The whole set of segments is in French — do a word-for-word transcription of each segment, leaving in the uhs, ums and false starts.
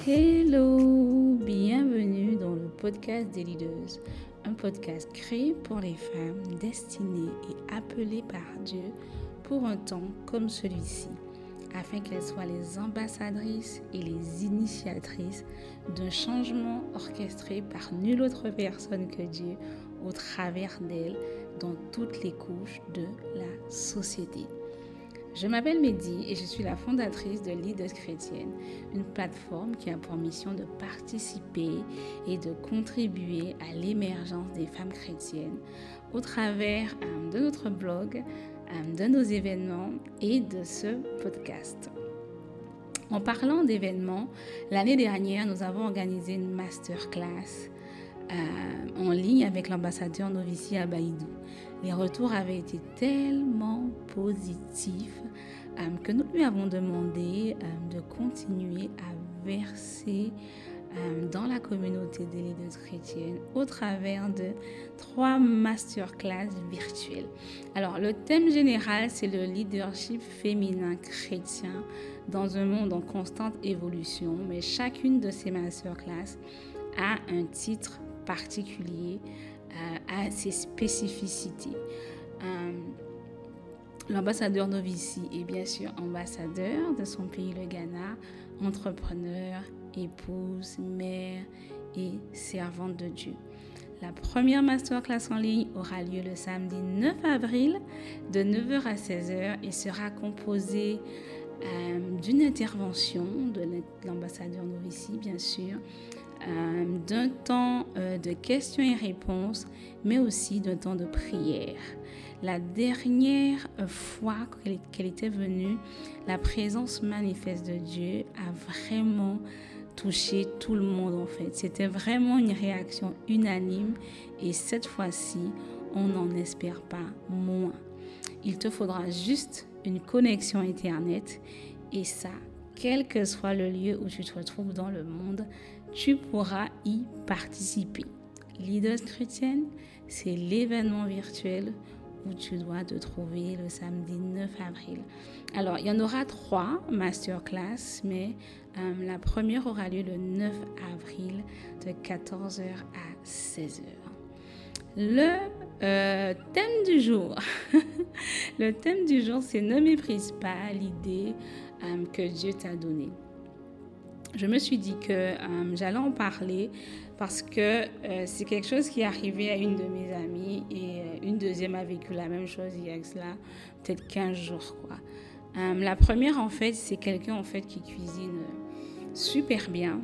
Hello, bienvenue dans le podcast des leaders, un podcast créé pour les femmes destinées et appelées par Dieu pour un temps comme celui-ci, afin qu'elles soient les ambassadrices et les initiatrices d'un changement orchestré par nulle autre personne que Dieu au travers d'elles dans toutes les couches de la société. Je m'appelle Mehdi et je suis la fondatrice de Leaders Chrétiennes, une plateforme qui a pour mission de participer et de contribuer à l'émergence des femmes chrétiennes au travers euh, de notre blog, euh, de nos événements et de ce podcast. En parlant d'événements, l'année dernière, nous avons organisé une masterclass euh, en ligne avec l'ambassadeur Novici Abaïdou. Les retours avaient été tellement positifs euh, que nous lui avons demandé euh, de continuer à verser euh, dans la communauté des leaders chrétiennes au travers de trois masterclass virtuelles. Alors, le thème général, c'est le leadership féminin chrétien dans un monde en constante évolution, mais chacune de ces masterclass a un titre particulier, à ses spécificités. Euh, l'ambassadeur Novici est bien sûr ambassadeur de son pays, le Ghana, entrepreneur, épouse, mère et servante de Dieu. La première masterclass en ligne aura lieu le samedi neuf avril de neuf heures à seize heures et sera composée euh, d'une intervention de l'ambassadeur Novici, bien sûr, Euh, d'un temps euh, de questions et réponses, mais aussi d'un temps de prière. La dernière fois qu'elle, qu'elle était venue, la présence manifeste de Dieu a vraiment touché tout le monde en fait. C'était vraiment une réaction unanime et cette fois-ci, on n'en espère pas moins. Il te faudra juste une connexion Internet et ça, quel que soit le lieu où tu te retrouves dans le monde, tu pourras y participer. Leaders Chrétiennes, c'est l'événement virtuel où tu dois te trouver le samedi neuf avril. Alors, il y en aura trois masterclass, mais euh, la première aura lieu le neuf avril de quatorze heures à seize heures. Le euh, thème du jour, le thème du jour, c'est ne méprise pas l'idée euh, que Dieu t'a donnée. Je me suis dit que euh, j'allais en parler parce que euh, c'est quelque chose qui est arrivé à une de mes amies et euh, une deuxième a vécu la même chose il y a cela peut-être quinze jours, quoi. Euh, la première, en fait, c'est quelqu'un en fait qui cuisine super bien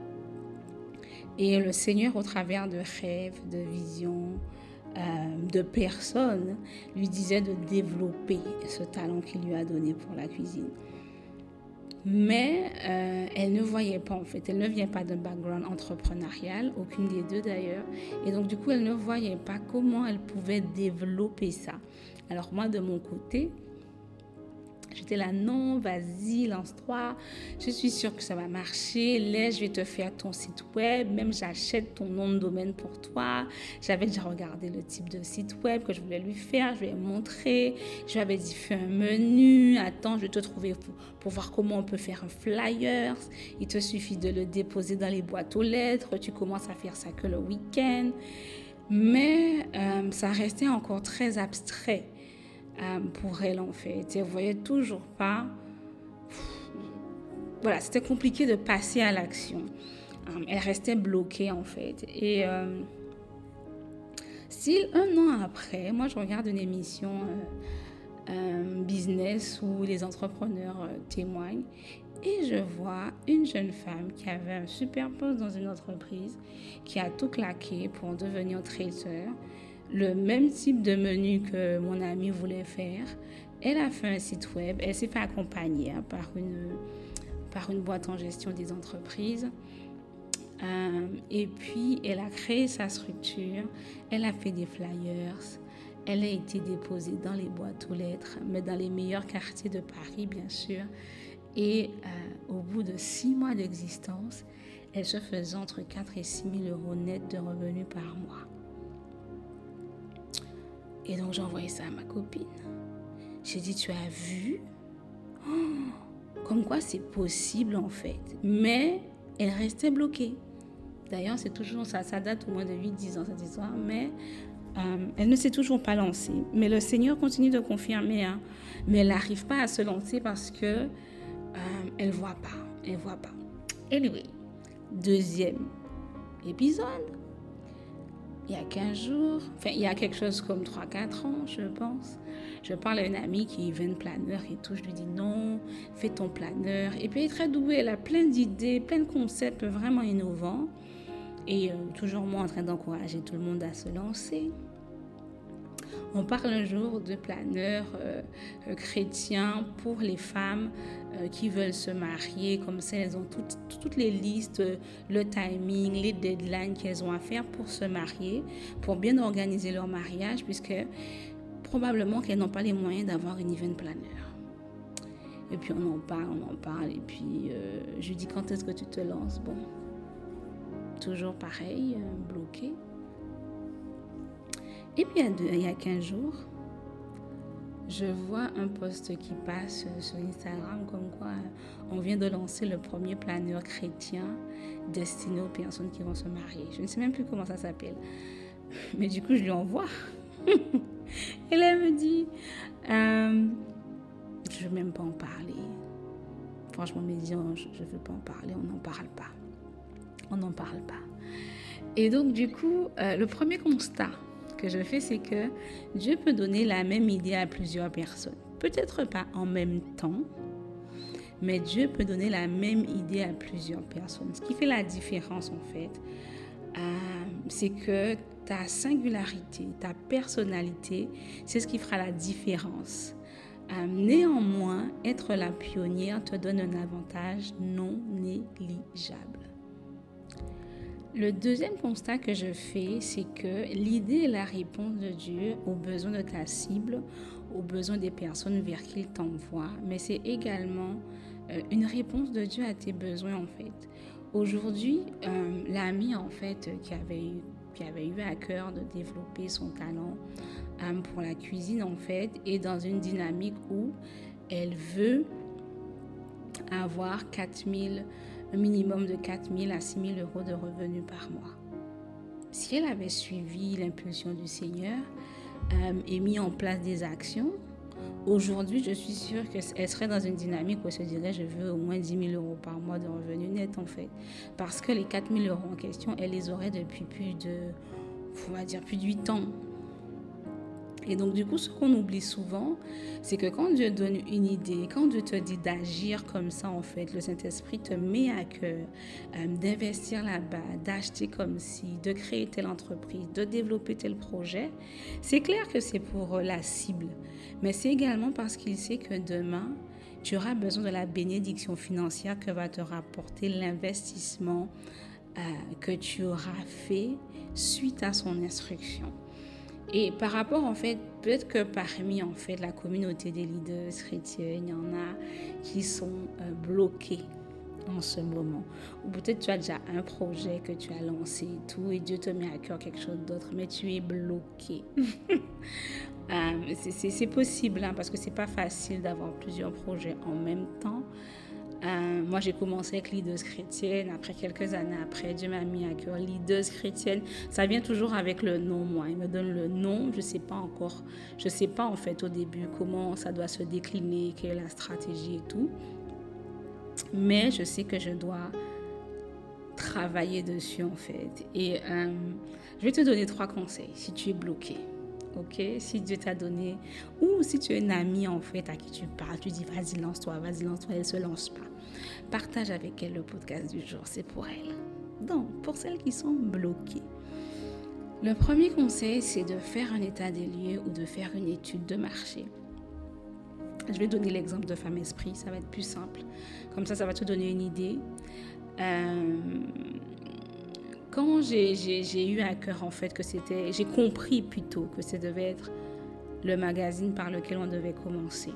et le Seigneur, au travers de rêves, de visions, euh, de personnes, lui disait de développer ce talent qu'il lui a donné pour la cuisine. Mais euh, elle ne voyait pas en fait, elle ne vient pas d'un background entrepreneurial, aucune des deux d'ailleurs, et donc du coup elle ne voyait pas comment elle pouvait développer ça. Alors moi de mon côté, j'étais là, non, vas-y, lance-toi, je suis sûre que ça va marcher, là je vais te faire ton site web, même j'achète ton nom de domaine pour toi. J'avais déjà regardé le type de site web que je voulais lui faire, je lui ai montré, je lui avais dit fais un menu, attends, je vais te trouver pour, pour voir comment on peut faire un flyer, il te suffit de le déposer dans les boîtes aux lettres, tu commences à faire ça que le week-end. Mais euh, ça restait encore très abstrait. Euh, pour elle en fait, elle ne voyait toujours pas, voilà, c'était compliqué de passer à l'action, euh, elle restait bloquée en fait, et euh, si un an après, moi je regarde une émission euh, euh, business où les entrepreneurs euh, témoignent, et je vois une jeune femme qui avait un super poste dans une entreprise, qui a tout claqué pour devenir traiteur, le même type de menu que mon amie voulait faire. Elle a fait un site web, elle s'est fait accompagner hein, par, une, par une boîte en gestion des entreprises. Euh, et puis, elle a créé sa structure, elle a fait des flyers, elle a été déposée dans les boîtes aux lettres, mais dans les meilleurs quartiers de Paris, bien sûr. Et euh, au bout de six mois d'existence, elle se faisait entre quatre et six mille euros net de revenus par mois. Et donc, j'ai envoyé ça à ma copine. J'ai dit, tu as vu ? Oh, comme quoi, c'est possible, en fait. Mais elle restait bloquée. D'ailleurs, c'est toujours ça, ça date au moins de huit dix ans cette histoire, mais euh, elle ne s'est toujours pas lancée. Mais le Seigneur continue de confirmer, hein, mais elle n'arrive pas à se lancer parce que euh, elle voit pas, elle voit pas. Anyway, deuxième épisode, il y a quinze jours, enfin il y a quelque chose comme trois quatre ans, je pense. Je parle à une amie qui est planeur et tout. Je lui dis non, fais ton planeur. Et puis elle est très douée, elle a plein d'idées, plein de concepts vraiment innovants. Et euh, toujours moi en train d'encourager tout le monde à se lancer. On parle un jour de planeur euh, euh, chrétien pour les femmes euh, qui veulent se marier. Comme ça, elles ont toutes, toutes les listes, euh, le timing, les deadlines qu'elles ont à faire pour se marier, pour bien organiser leur mariage, puisque probablement qu'elles n'ont pas les moyens d'avoir une event planner. Et puis on en parle, on en parle. Et puis euh, je lui dis, quand est-ce que tu te lances? Bon, toujours pareil, euh, bloqué. Et puis il y a quinze jours, je vois un post qui passe sur Instagram comme quoi on vient de lancer le premier planeur chrétien destiné aux personnes qui vont se marier. Je ne sais même plus comment ça s'appelle. Mais du coup, je lui envoie. Et là, elle me dit, euh, je ne veux même pas en parler. Franchement, elle me dit, oh, je ne veux pas en parler, on n'en parle pas. On n'en parle pas. Et donc, du coup, euh, le premier constat que je fais, c'est que Dieu peut donner la même idée à plusieurs personnes. Peut-être pas en même temps, mais Dieu peut donner la même idée à plusieurs personnes. Ce qui fait la différence, en fait, euh, c'est que ta singularité, ta personnalité, c'est ce qui fera la différence. Euh, néanmoins, être la pionnière te donne un avantage non négligeable. Le deuxième constat que je fais, c'est que l'idée est la réponse de Dieu aux besoins de ta cible, aux besoins des personnes vers qui il t'envoie, mais c'est également euh, une réponse de Dieu à tes besoins, en fait. Aujourd'hui, euh, l'amie, en fait, qui avait eu, qui avait eu à cœur de développer son talent euh, pour la cuisine, en fait, est dans une dynamique où elle veut avoir quatre mille un minimum de quatre mille à six mille euros de revenus par mois. Si elle avait suivi l'impulsion du Seigneur euh, et mis en place des actions, aujourd'hui, je suis sûre qu'elle serait dans une dynamique où elle se dirait, je veux au moins dix mille euros par mois de revenus nets, en fait. Parce que les quatre mille euros en question, elle les aurait depuis plus de, on va dire, plus de huit ans. Et donc, du coup, ce qu'on oublie souvent, c'est que quand Dieu donne une idée, quand Dieu te dit d'agir comme ça, en fait, le Saint-Esprit te met à cœur euh, d'investir là-bas, d'acheter comme ci, de créer telle entreprise, de développer tel projet. C'est clair que c'est pour la cible, mais c'est également parce qu'il sait que demain, tu auras besoin de la bénédiction financière que va te rapporter l'investissement euh, que tu auras fait suite à son instruction. Et par rapport, en fait, peut-être que parmi, en fait, la communauté des leaders chrétiens, il y en a qui sont euh, bloqués en ce moment. Ou peut-être tu as déjà un projet que tu as lancé et tout, et Dieu te met à cœur quelque chose d'autre, mais tu es bloqué. euh, c'est, c'est, c'est possible, hein, parce que c'est pas facile d'avoir plusieurs projets en même temps. Euh, moi, j'ai commencé avec leaders chrétienne. Après quelques années après, Dieu m'a mis à cœur leaders chrétienne. Ça vient toujours avec le nom, moi. Il me donne le nom. Je ne sais pas encore. Je ne sais pas, en fait, au début, comment ça doit se décliner, quelle est la stratégie et tout. Mais je sais que je dois travailler dessus, en fait. Et euh, je vais te donner trois conseils si tu es bloqué. Ok, si Dieu t'a donné, ou si tu es une amie en fait à qui tu parles, tu dis vas-y lance-toi, vas-y lance-toi, elle ne se lance pas. Partage avec elle le podcast du jour, c'est pour elle. Donc, pour celles qui sont bloquées, le premier conseil, c'est de faire un état des lieux ou de faire une étude de marché. Je vais donner l'exemple de Femme Esprit, ça va être plus simple. Comme ça, ça va te donner une idée. Euh... Quand j'ai, j'ai, j'ai eu à cœur, en fait, que c'était... J'ai compris plutôt que ça devait être le magazine par lequel on devait commencer.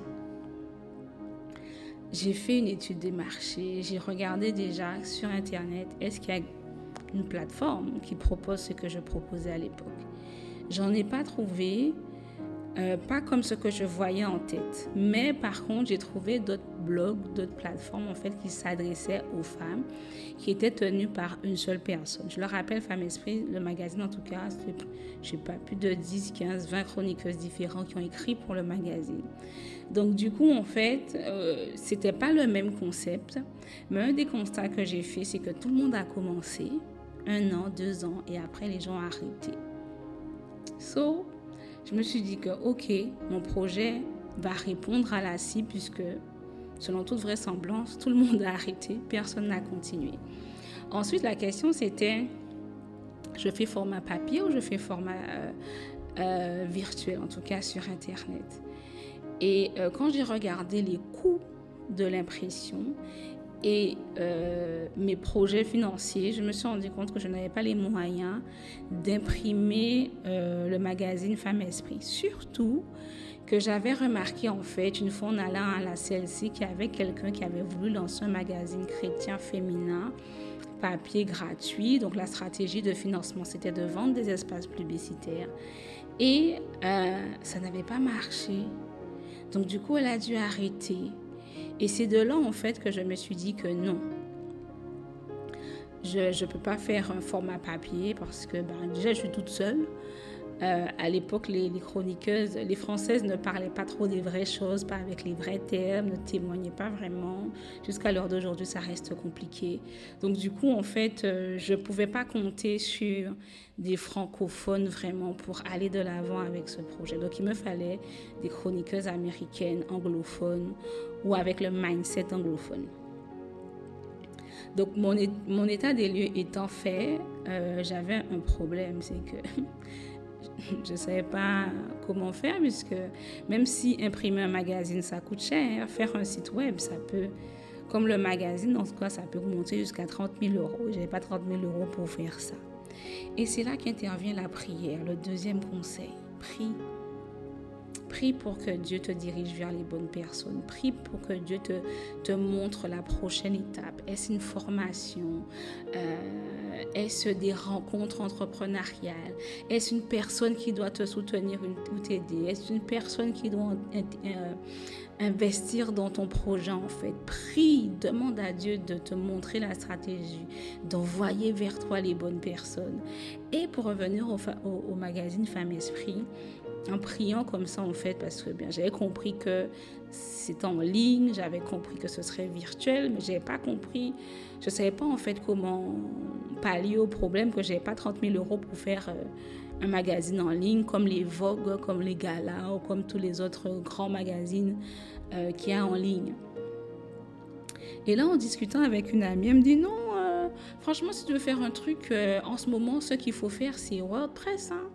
J'ai fait une étude des marchés. J'ai regardé déjà sur Internet, est-ce qu'il y a une plateforme qui propose ce que je proposais à l'époque. J'en ai pas trouvé. Euh, pas comme ce que je voyais en tête. Mais par contre, j'ai trouvé d'autres blogs, d'autres plateformes en fait qui s'adressaient aux femmes, qui étaient tenues par une seule personne. Je le rappelle, Femme Esprit, le magazine en tout cas, c'est, je sais pas, plus de dix, quinze, vingt chroniqueuses différentes qui ont écrit pour le magazine. Donc du coup, en fait, euh, c'était pas le même concept. Mais un des constats que j'ai fait, c'est que tout le monde a commencé, un an, deux ans, et après les gens ont arrêté. So, je me suis dit que, ok, mon projet va répondre à la cible puisque, selon toute vraisemblance, tout le monde a arrêté, personne n'a continué. Ensuite, la question c'était, je fais format papier ou je fais format euh, euh, virtuel, en tout cas sur Internet. Et euh, quand j'ai regardé les coûts de l'impression et euh, mes projets financiers, je me suis rendu compte que je n'avais pas les moyens d'imprimer euh, le magazine Femme Esprit. Surtout que j'avais remarqué en fait, une fois en allant à la C L C, qu'il y avait quelqu'un qui avait voulu lancer un magazine chrétien féminin, papier gratuit. Donc la stratégie de financement, c'était de vendre des espaces publicitaires. Et euh, ça n'avait pas marché. Donc du coup, elle a dû arrêter. Et c'est de là, en fait, que je me suis dit que non. Je ne peux pas faire un format papier parce que ben, déjà, je suis toute seule. Euh, à l'époque, les, les chroniqueuses, les Françaises ne parlaient pas trop des vraies choses, pas avec les vrais termes, ne témoignaient pas vraiment. Jusqu'à l'heure d'aujourd'hui, ça reste compliqué. Donc du coup, en fait, euh, je ne pouvais pas compter sur des francophones vraiment pour aller de l'avant avec ce projet. Donc il me fallait des chroniqueuses américaines, anglophones ou avec le mindset anglophone. Donc mon, mon état des lieux étant fait, euh, j'avais un problème, c'est que je ne savais pas comment faire, puisque même si imprimer un magazine, ça coûte cher, faire un site web, ça peut, comme le magazine, en tout cas, ça peut monter jusqu'à trente mille euros. Je n'avais pas trente mille euros pour faire ça. Et c'est là qu'intervient la prière, le deuxième conseil. Prie. Prie pour que Dieu te dirige vers les bonnes personnes. Prie pour que Dieu te, te montre la prochaine étape. Est-ce une formation? euh, Est-ce des rencontres entrepreneuriales? Est-ce une personne qui doit te soutenir ou t'aider? Est-ce une personne qui doit euh, investir dans ton projet en fait? Prie, demande à Dieu de te montrer la stratégie, d'envoyer vers toi les bonnes personnes. Et pour revenir au, au, au magazine Femme Esprit, en priant comme ça en fait, parce que bien j'avais compris que c'était en ligne, j'avais compris que ce serait virtuel, mais j'avais pas compris, je savais pas en fait comment pallier au problème que j'avais pas trente mille euros pour faire euh, un magazine en ligne comme les Vogue, comme les Galas ou comme tous les autres grands magazines euh, qu'il y a en ligne. Et là, en discutant avec une amie, elle me dit non, euh, franchement, si tu veux faire un truc, euh, en ce moment, ce qu'il faut faire, c'est WordPress, hein.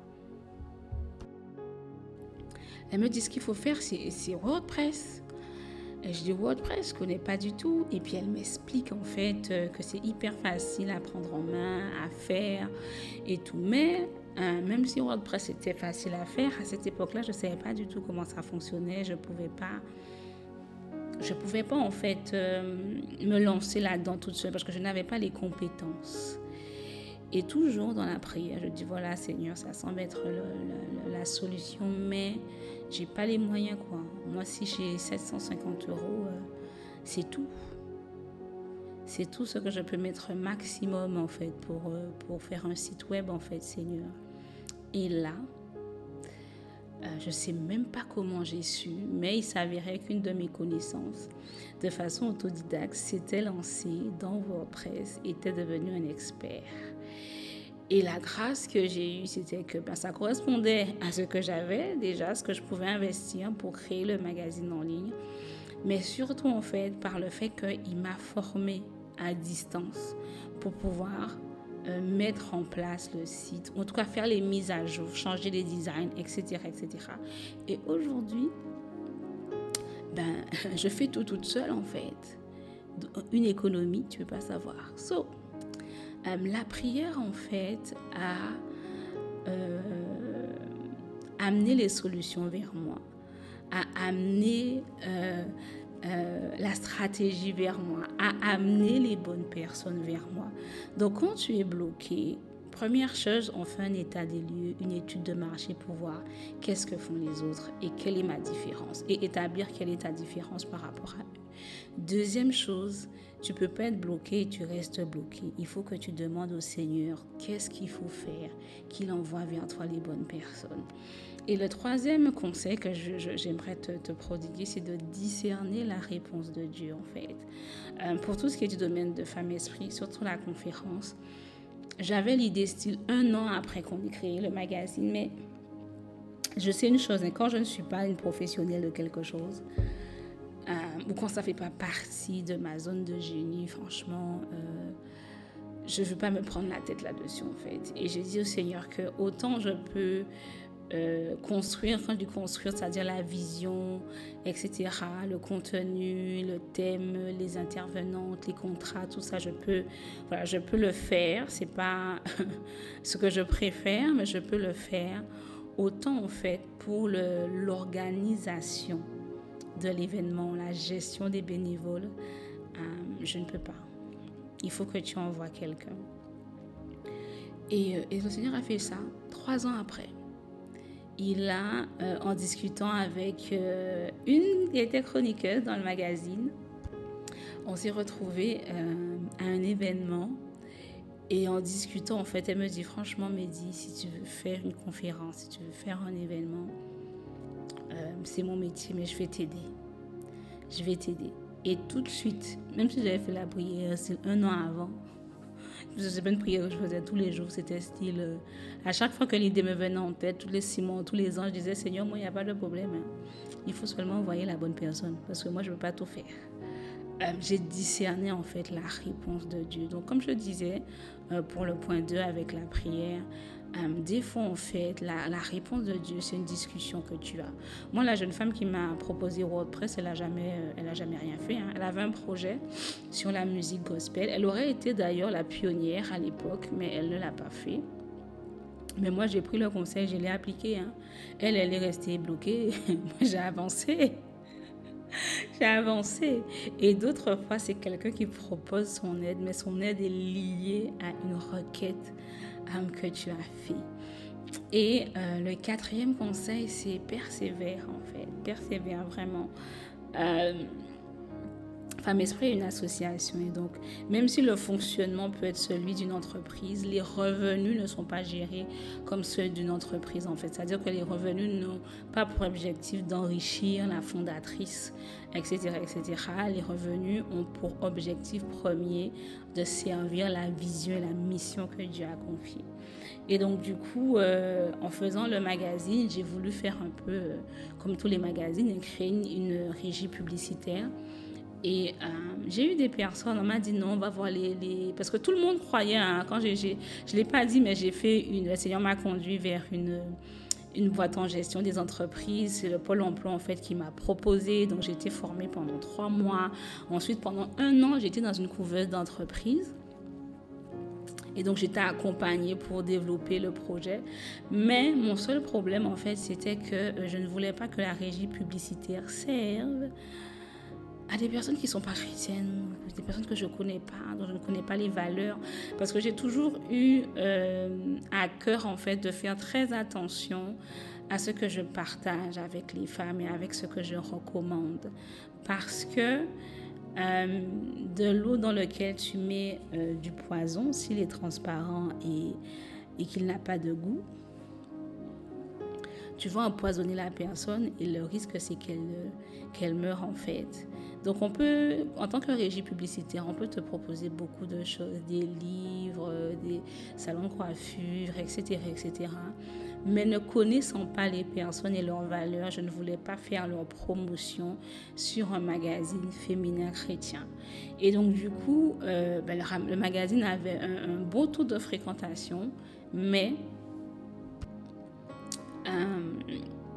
Elle me dit ce qu'il faut faire, c'est, c'est WordPress. Et je dis WordPress, je ne connais pas du tout. Et puis elle m'explique en fait euh, que c'est hyper facile à prendre en main, à faire et tout. Mais euh, même si WordPress était facile à faire, à cette époque-là, je ne savais pas du tout comment ça fonctionnait. Je ne pouvais pas, je pouvais pas en fait euh, me lancer là-dedans toute seule parce que je n'avais pas les compétences. Et toujours dans la prière, je dis voilà Seigneur, ça semble être le, le, la solution, mais j'ai pas les moyens quoi. Moi si j'ai sept cent cinquante euros, euh, c'est tout. C'est tout ce que je peux mettre maximum en fait pour, euh, pour faire un site web en fait Seigneur. Et là, euh, je sais même pas comment j'ai su, mais il s'avérait qu'une de mes connaissances, de façon autodidacte, s'était lancée dans WordPress, était devenue un expert. Et la grâce que j'ai eue, c'était que ben, ça correspondait à ce que j'avais déjà, ce que je pouvais investir pour créer le magazine en ligne. Mais surtout, en fait, par le fait qu'il m'a formée à distance pour pouvoir euh, mettre en place le site, en tout cas faire les mises à jour, changer les designs, et cetera, et cetera. Et aujourd'hui, ben, je fais tout toute seule, en fait. Une économie, tu ne peux pas savoir. So, Euh, la prière, en fait, a euh, amené les solutions vers moi, a amené euh, euh, la stratégie vers moi, a amené les bonnes personnes vers moi. Donc, quand tu es bloqué, première chose, on fait un état des lieux, une étude de marché pour voir qu'est-ce que font les autres et quelle est ma différence et établir quelle est ta différence par rapport à eux. Deuxième chose, tu ne peux pas être bloqué et tu restes bloqué. Il faut que tu demandes au Seigneur qu'est-ce qu'il faut faire, qu'il envoie vers toi les bonnes personnes. Et le troisième conseil que je, je, j'aimerais te, te prodiguer, c'est de discerner la réponse de Dieu en fait. Euh, pour tout ce qui est du domaine de Femme Esprit, surtout la conférence, j'avais l'idée style un an après qu'on ait créé le magazine, mais je sais une chose, hein, quand je ne suis pas une professionnelle de quelque chose, euh, ou quand ça ne fait pas partie de ma zone de génie, franchement, euh, je ne veux pas me prendre la tête là-dessus en fait. Et j'ai dit au Seigneur que autant je peux euh, construire, quand je dis construire, c'est-à-dire la vision, et cetera, le contenu, le thème, les intervenantes, les contrats, tout ça, je peux, voilà, je peux le faire. C'est pas ce que je préfère, mais je peux le faire. Autant en fait pour le, l'organisation de l'événement, la gestion des bénévoles, euh, je ne peux pas. Il faut que tu envoies quelqu'un. Et, et le Seigneur a fait ça trois ans après. Il a, euh, en discutant avec euh, une qui était chroniqueuse dans le magazine, on s'est retrouvés euh, à un événement. Et en discutant, en fait, elle me dit, franchement, Mehdi, si tu veux faire une conférence, si tu veux faire un événement, euh, c'est mon métier, mais je vais t'aider. Je vais t'aider. Et tout de suite, même si j'avais fait la prière, c'est un an avant, je ne sais pas une prière que je faisais tous les jours, c'était style, euh, à chaque fois que l'idée me venait en tête, tous les six mois, tous les ans, je disais, Seigneur, moi, il n'y a pas de problème. Hein. Il faut seulement envoyer la bonne personne, parce que moi, je ne veux pas tout faire. Euh, j'ai discerné en fait la réponse de Dieu. Donc comme je disais euh, pour le point deux avec la prière, euh, des fois en fait la, la réponse de Dieu c'est une discussion que tu as. Moi la jeune femme qui m'a proposé WordPress, elle n'a jamais, euh, elle a jamais rien fait. Hein. Elle avait un projet sur la musique gospel. Elle aurait été d'ailleurs la pionnière à l'époque, mais elle ne l'a pas fait. Mais moi j'ai pris le conseil, je l'ai appliqué. Hein. Elle, elle est restée bloquée. Moi j'ai avancé. J'ai avancé. Et d'autres fois, c'est quelqu'un qui propose son aide, mais son aide est liée à une requête um, que tu as fait. Et euh, le quatrième conseil, c'est persévère en fait. Persévère vraiment. Euh, Femme Esprit est une association et donc même si le fonctionnement peut être celui d'une entreprise, les revenus ne sont pas gérés comme ceux d'une entreprise en fait. C'est-à-dire que les revenus n'ont pas pour objectif d'enrichir la fondatrice, et cetera, et cetera. Les revenus ont pour objectif premier de servir la vision et la mission que Dieu a confiée. Et donc du coup, euh, en faisant le magazine, j'ai voulu faire un peu euh, comme tous les magazines, créer une, une régie publicitaire. Et euh, j'ai eu des personnes, on m'a dit non, on va voir les... les... Parce que tout le monde croyait, hein, quand j'ai, j'ai, je ne l'ai pas dit, mais j'ai fait une... Le Seigneur m'a conduit vers une, une boîte en gestion des entreprises. C'est le Pôle emploi, en fait, qui m'a proposé. Donc, j'ai été formée pendant trois mois. Ensuite, pendant un an, j'étais dans une couveuse d'entreprise. Et donc, j'étais accompagnée pour développer le projet. Mais mon seul problème, en fait, c'était que je ne voulais pas que la régie publicitaire serve à des personnes qui ne sont pas chrétiennes, des personnes que je ne connais pas, dont je ne connais pas les valeurs. Parce que j'ai toujours eu euh, à cœur, en fait, de faire très attention à ce que je partage avec les femmes et avec ce que je recommande. Parce que euh, de l'eau dans laquelle tu mets euh, du poison, s'il est transparent et, et qu'il n'a pas de goût, tu vas empoisonner la personne et le risque, c'est qu'elle, qu'elle meure en fait. Donc, on peut, en tant que régie publicitaire, on peut te proposer beaucoup de choses, des livres, des salons de coiffure, et cetera, et cetera. Mais ne connaissant pas les personnes et leurs valeurs, je ne voulais pas faire leur promotion sur un magazine féminin chrétien. Et donc, du coup, euh, ben, le, le magazine avait un, un beau taux de fréquentation, mais Euh,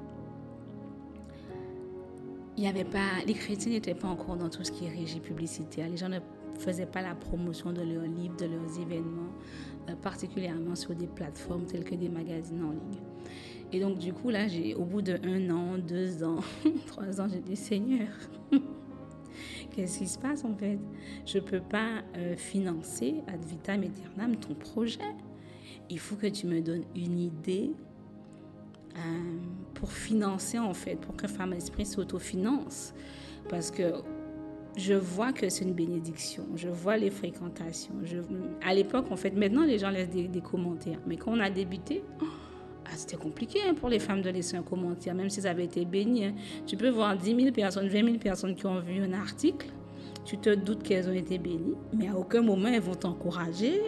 il y avait pas, les chrétiens n'étaient pas encore dans tout ce qui est régie publicitaire. Les gens ne faisaient pas la promotion de leurs livres, de leurs événements, euh, particulièrement sur des plateformes telles que des magazines en ligne. Et donc, du coup, là, j'ai, au bout de un an, deux ans, trois ans, j'ai dit, Seigneur, qu'est-ce qui se passe en fait? Je ne peux pas euh, financer ad vitam aeternam ton projet. il faut que tu me donnes une idée euh, pour financer, en fait, pour que Femme Esprit s'autofinance. Parce que je vois que c'est une bénédiction. Je vois les fréquentations. Je, à l'époque, en fait, maintenant, les gens laissent des, des commentaires. Mais quand on a débuté, oh, ah, c'était compliqué hein, pour les femmes de laisser un commentaire, même si ça avait été béni. Hein. Tu peux voir dix mille personnes, vingt mille personnes qui ont vu un article. Tu te doutes qu'elles ont été bénies, mais à aucun moment, elles vont t'encourager.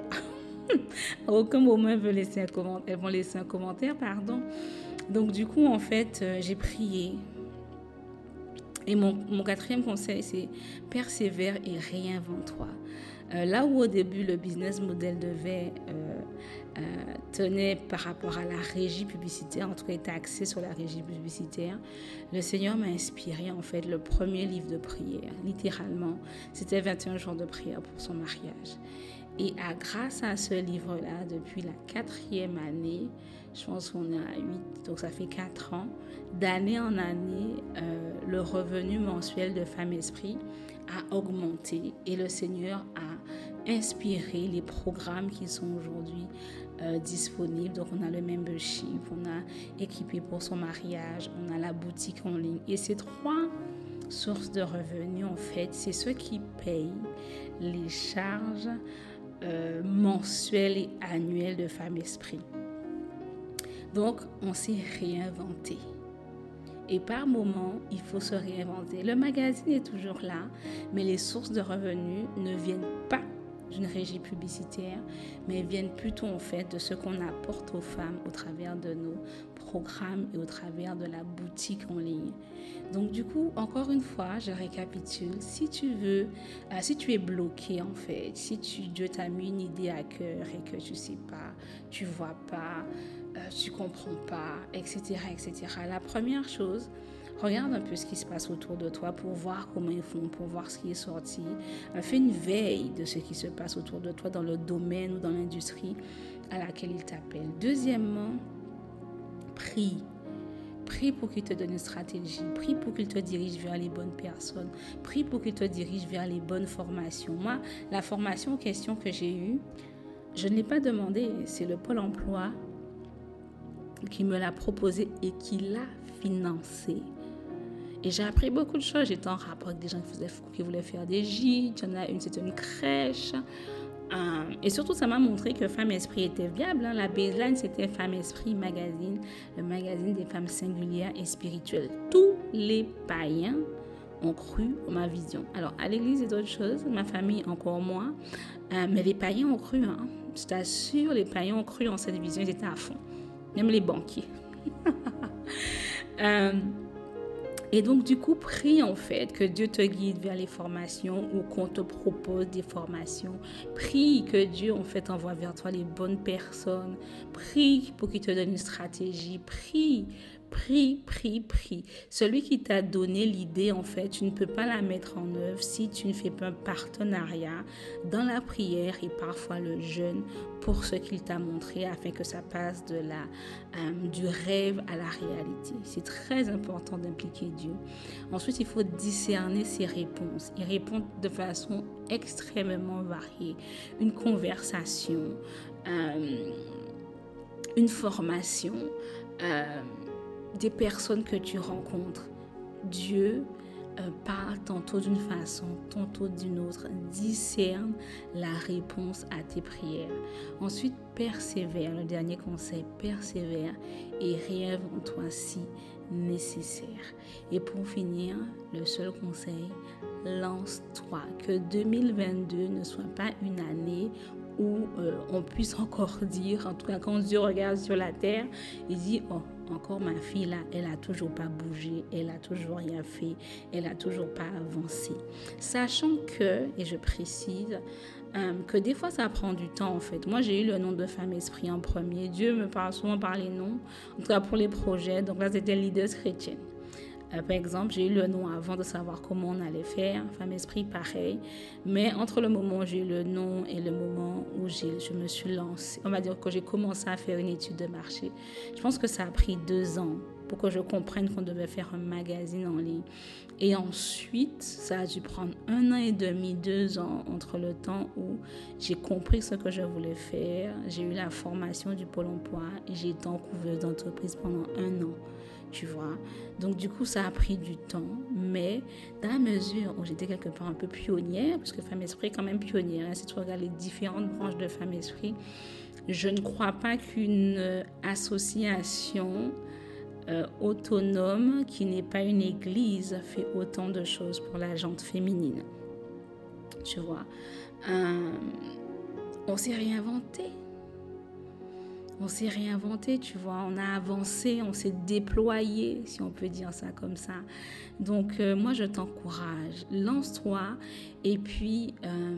À aucun moment, elles vont laisser un commentaire. Elles vont laisser un commentaire, pardon. Donc, du coup, en fait, euh, j'ai prié. Et mon, mon quatrième conseil, c'est persévère et réinvente-toi. Euh, là où au début, le business model devait euh, euh, tenait par rapport à la régie publicitaire, en tout cas était axé sur la régie publicitaire, le Seigneur m'a inspiré en fait le premier livre de prière, littéralement. C'était vingt et un jours de prière pour son mariage. Et à, grâce à ce livre-là, depuis la quatrième année, je pense qu'on est à huit, donc ça fait quatre ans, d'année en année, euh, le revenu mensuel de Femme Esprit a augmenté et le Seigneur a inspiré les programmes qui sont aujourd'hui euh, disponibles. Donc on a le membership, on a équipé pour son mariage, on a la boutique en ligne. Et ces trois sources de revenus, en fait, c'est ceux qui payent les charges euh, mensuelles et annuelles de Femme Esprit. Donc, on s'est réinventé. Et par moment, il faut se réinventer. Le magazine est toujours là, mais les sources de revenus ne viennent pas d'une régie publicitaire, mais viennent plutôt en fait de ce qu'on apporte aux femmes au travers de nos programmes et au travers de la boutique en ligne. Donc du coup, encore une fois, je récapitule. Si tu veux, euh, si tu es bloqué en fait, si tu, Dieu t'a mis une idée à cœur et que tu sais pas, tu vois pas, euh, tu comprends pas, et cetera, et cetera. La première chose, regarde un peu ce qui se passe autour de toi pour voir comment ils font, pour voir ce qui est sorti. Fais une veille de ce qui se passe autour de toi dans le domaine ou dans l'industrie à laquelle ils t'appellent. Deuxièmement, prie. Prie pour qu'il te donne une stratégie. Prie pour qu'il te dirige vers les bonnes personnes. Prie pour qu'il te dirige vers les bonnes formations. Moi, la formation en question que j'ai eue, je ne l'ai pas demandé. C'est le Pôle emploi qui me l'a proposé et qui l'a financé. Et j'ai appris beaucoup de choses. J'étais en rapport avec des gens qui, faisaient, qui voulaient faire des gîtes. Il y en a une, c'était une crèche. Euh, et surtout, ça m'a montré que Femme Esprit était viable. Hein. La baseline, c'était Femme Esprit Magazine, le magazine des femmes singulières et spirituelles. Tous les païens ont cru en ma vision. Alors, à l'église, c'est d'autres choses. Ma famille, encore moins. Euh, mais les païens ont cru. Hein. Je t'assure, les païens ont cru en cette vision. Ils étaient à fond. Même les banquiers. euh, Et donc, du coup, prie en fait que Dieu te guide vers les formations ou qu'on te propose des formations. Prie que Dieu en fait envoie vers toi les bonnes personnes. Prie pour qu'il te donne une stratégie. Prie, prie, prie, prie. Celui qui t'a donné l'idée, en fait, tu ne peux pas la mettre en œuvre si tu ne fais pas un partenariat dans la prière et parfois le jeûne pour ce qu'il t'a montré afin que ça passe de la, euh, du rêve à la réalité. C'est très important d'impliquer Dieu. Ensuite, il faut discerner ses réponses. Il répond de façon extrêmement variée. Une conversation, euh, une formation, euh, des personnes que tu rencontres. Dieu euh, parle tantôt d'une façon, tantôt d'une autre. Discerne la réponse à tes prières. Ensuite, persévère. Le dernier conseil, persévère et réinvente-toi si nécessaire. Et pour finir, le seul conseil, lance-toi. Que deux mille vingt-deux ne soit pas une année où euh, on puisse encore dire, en tout cas quand Dieu regarde sur la terre, il dit, oh, encore ma fille là, elle a toujours pas bougé, elle a toujours rien fait, elle a toujours pas avancé. Sachant que, et je précise, euh, que des fois ça prend du temps en fait. Moi j'ai eu le nom de Femme Esprit en premier. Dieu me parle souvent par les noms, en tout cas pour les projets. Donc là c'était Leaders chrétienne. Euh, par exemple, j'ai eu le nom avant de savoir comment on allait faire. Femme Esprit, pareil. Mais entre le moment où j'ai eu le nom et le moment où j'ai, je me suis lancée, on va dire que j'ai commencé à faire une étude de marché, je pense que ça a pris deux ans pour que je comprenne qu'on devait faire un magazine en ligne. Et ensuite, ça a dû prendre un an et demi, deux ans entre le temps où j'ai compris ce que je voulais faire. J'ai eu la formation du Pôle emploi et j'ai été en couveuse d'entreprise pendant un an. Tu vois, donc du coup ça a pris du temps, mais dans la mesure où j'étais quelque part un peu pionnière, parce que Femme Esprit est quand même pionnière, hein, si tu regardes les différentes branches de Femme Esprit, je ne crois pas qu'une association euh, autonome qui n'est pas une église fait autant de choses pour la gente féminine. Tu vois, euh, on s'est réinventé. On s'est réinventé, tu vois, on a avancé, on s'est déployé, si on peut dire ça comme ça. Donc, euh, moi, je t'encourage, lance-toi et puis euh,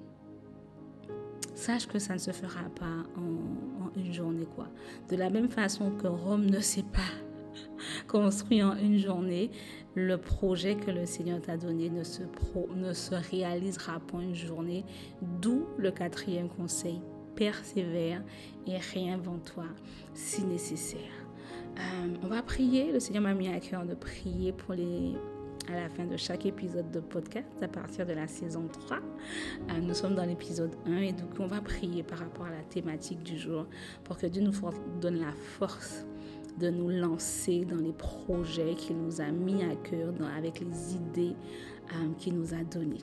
sache que ça ne se fera pas en, en une journée, quoi. De la même façon que Rome ne s'est pas construit en une journée, le projet que le Seigneur t'a donné ne se, pro, ne se réalisera pas en une journée, d'où le quatrième conseil. Persévère et réinvente-toi si nécessaire. Euh, on va prier. Le Seigneur m'a mis à cœur de prier pour les, à la fin de chaque épisode de podcast à partir de la saison trois. Euh, nous sommes dans l'épisode un et donc on va prier par rapport à la thématique du jour pour que Dieu nous donne la force de nous lancer dans les projets qu'il nous a mis à cœur, dans, avec les idées euh, qu'il nous a données.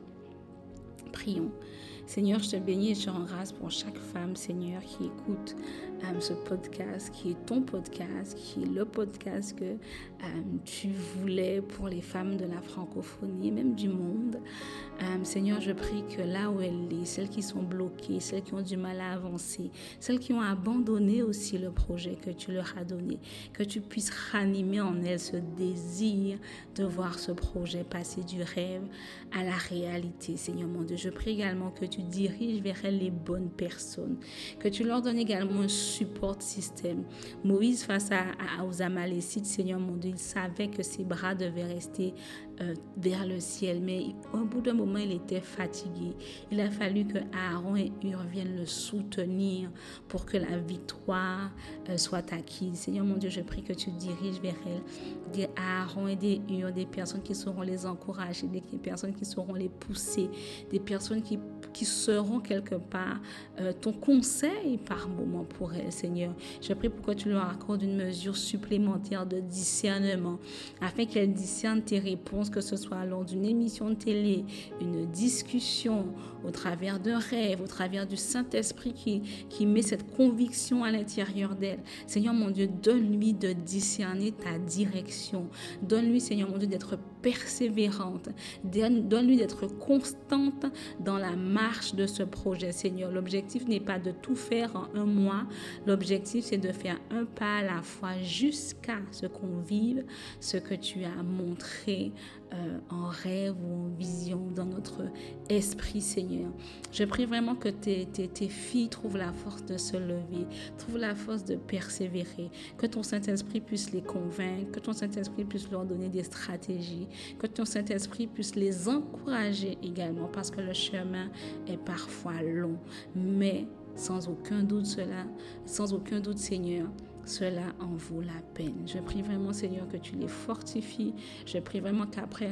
Prions. Seigneur, je te bénis et je te rends grâce pour chaque femme, Seigneur, qui écoute euh, ce podcast, qui est ton podcast, qui est le podcast que euh, tu voulais pour les femmes de la francophonie, même du monde. Euh, Seigneur, je prie que là où elle est, celles qui sont bloquées, celles qui ont du mal à avancer, celles qui ont abandonné aussi le projet que tu leur as donné, que tu puisses ranimer en elles ce désir de voir ce projet passer du rêve à la réalité. Seigneur mon Dieu, je prie également que tu diriges vers elles les bonnes personnes, que tu leur donnes également un support système. Moïse, face à, à, aux Amalécites, Seigneur mon Dieu, il savait que ses bras devaient rester euh, vers le ciel, mais au bout d'un moment, il était fatigué. Il a fallu que Aaron et Hur viennent le soutenir pour que la victoire euh, soit acquise. Seigneur mon Dieu, je prie que tu diriges vers elles des Aaron et des Hur, des personnes qui sauront les encourager, des personnes qui sauront les pousser, des personnes qui, qui seront quelque part euh, ton conseil par moment pour elles, Seigneur. Je prie pour que tu leur accordes une mesure supplémentaire de discernement afin qu'elles discernent tes réponses, que ce soit lors d'une émission de télé, une discussion, au travers d'un rêve, au travers du Saint-Esprit qui, qui met cette conviction à l'intérieur d'elle. Seigneur mon Dieu, donne-lui de discerner ta direction. Donne-lui, Seigneur mon Dieu, d'être persévérante. Donne-lui d'être constante dans la marche de ce projet, Seigneur. L'objectif n'est pas de tout faire en un mois. L'objectif, c'est de faire un pas à la fois jusqu'à ce qu'on vive ce que tu as montré euh, en rêve ou en vision dans notre esprit, Seigneur. Je prie vraiment que tes, tes, tes filles trouvent la force de se lever, trouvent la force de persévérer, que ton Saint-Esprit puisse les convaincre, que ton Saint-Esprit puisse leur donner des stratégies, que ton Saint-Esprit puisse les encourager également, parce que le chemin est parfois long, mais sans aucun doute cela, sans aucun doute, Seigneur, cela en vaut la peine. Je prie vraiment, Seigneur, que tu les fortifies. Je prie vraiment qu'après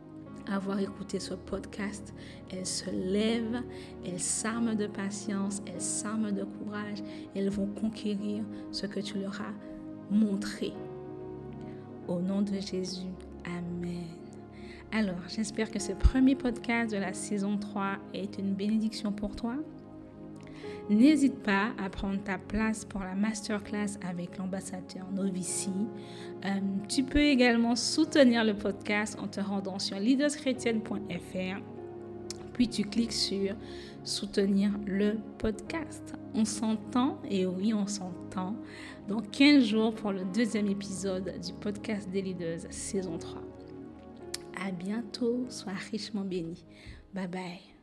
avoir écouté ce podcast, elles se lèvent, elles s'arment de patience, elles s'arment de courage, elles vont conquérir ce que tu leur as montré. Au nom de Jésus, Amen. Alors, j'espère que ce premier podcast de la saison trois est une bénédiction pour toi. N'hésite pas à prendre ta place pour la masterclass avec l'ambassadeur Novici. Euh, tu peux également soutenir le podcast en te rendant sur leaders chrétiennes point f r. Puis tu cliques sur soutenir le podcast. On s'entend, et oui, on s'entend, dans quinze jours pour le deuxième épisode du podcast des leaders saison trois. À bientôt, sois richement béni. Bye bye.